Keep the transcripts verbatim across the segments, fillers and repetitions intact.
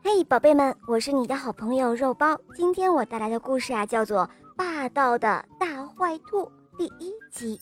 嘿，宝贝们，我是你的好朋友肉包。今天我带来的故事啊，叫做《霸道的大坏兔》第一集。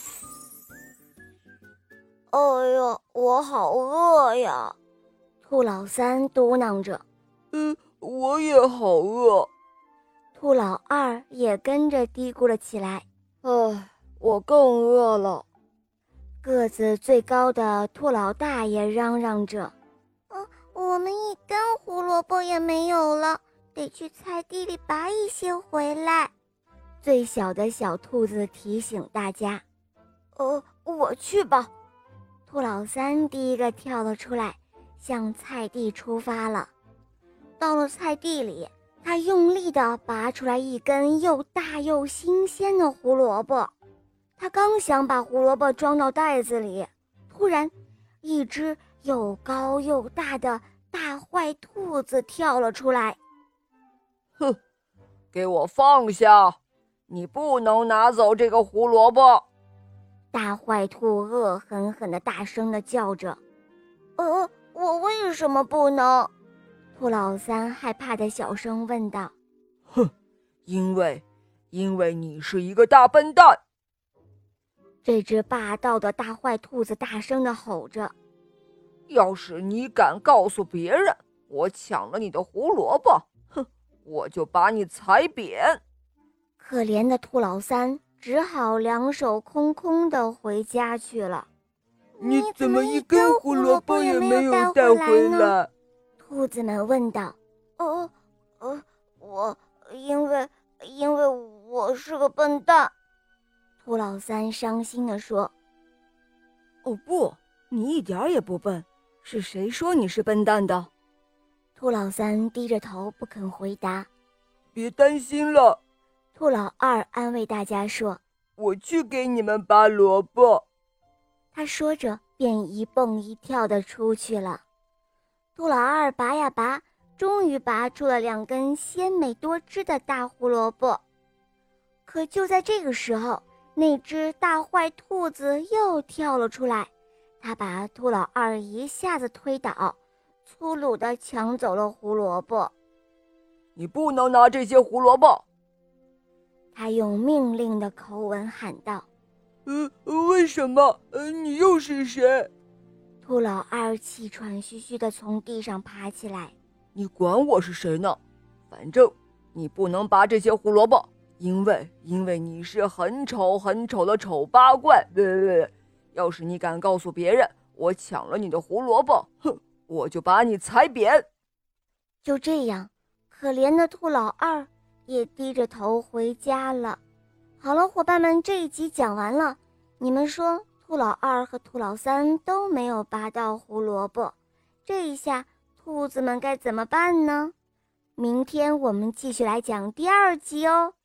哎呀，我好饿呀！ 兔老三嘟囔着。 嗯，我也好饿。 兔老二也跟着嘀咕了起来。 唉，我更饿了。 个子最高的兔老大也嚷嚷着。 我们一根胡萝卜也没有了，得去菜地里拔一些回来。 最小的小兔子提醒大家：“ 呃，我去吧。” 兔老三第一个跳了出来，向菜地出发了。到了菜地里，他用力地拔出来一根又大又新鲜的胡萝卜。他刚想把胡萝卜装到袋子里，突然，一只又高又大的大坏兔子跳了出来。 哼，给我放下！你不能拿走这个胡萝卜！ 大坏兔恶狠狠地大声地叫着。 呃，我为什么不能？ 兔老三害怕地小声问道。 哼，因为，因为你是一个大笨蛋！ 这只霸道的大坏兔子大声地吼着。 要是你敢告诉别人我抢了你的胡萝卜，哼，我就把你踩扁！ 可怜的兔老三只好两手空空地回家去了。 你怎么一根胡萝卜也没有带回来？ 兔子们问道。 呃呃，我因为因为我是个笨蛋。 兔老三伤心地说。 哦不，你一点也不笨。是谁说你是笨蛋的？ 兔老三低着头不肯回答。 别担心了， 兔老二安慰大家说， 我去给你们拔萝卜。 他说着便一蹦一跳地出去了。兔老二拔呀拔，终于拔出了两根鲜美多汁的大胡萝卜。可就在这个时候，那只大坏兔子又跳了出来。他把兔老二一下子推倒，粗鲁地抢走了胡萝卜。 你不能拿这些胡萝卜！ 他用命令的口吻喊道。 呃，为什么？呃，你又是谁？ 兔老二气喘吁吁地从地上爬起来。 你管我是谁呢？反正你不能拔这些胡萝卜，因为因为你是很丑很丑的丑八怪。呃要是你敢告诉别人我抢了你的胡萝卜，哼，我就把你踩扁。 就这样，可怜的兔老二也低着头回家了。好了，伙伴们，这一集讲完了。你们说，兔老二和兔老三都没有拔到胡萝卜，这一下兔子们该怎么办呢？明天我们继续来讲第二集哦。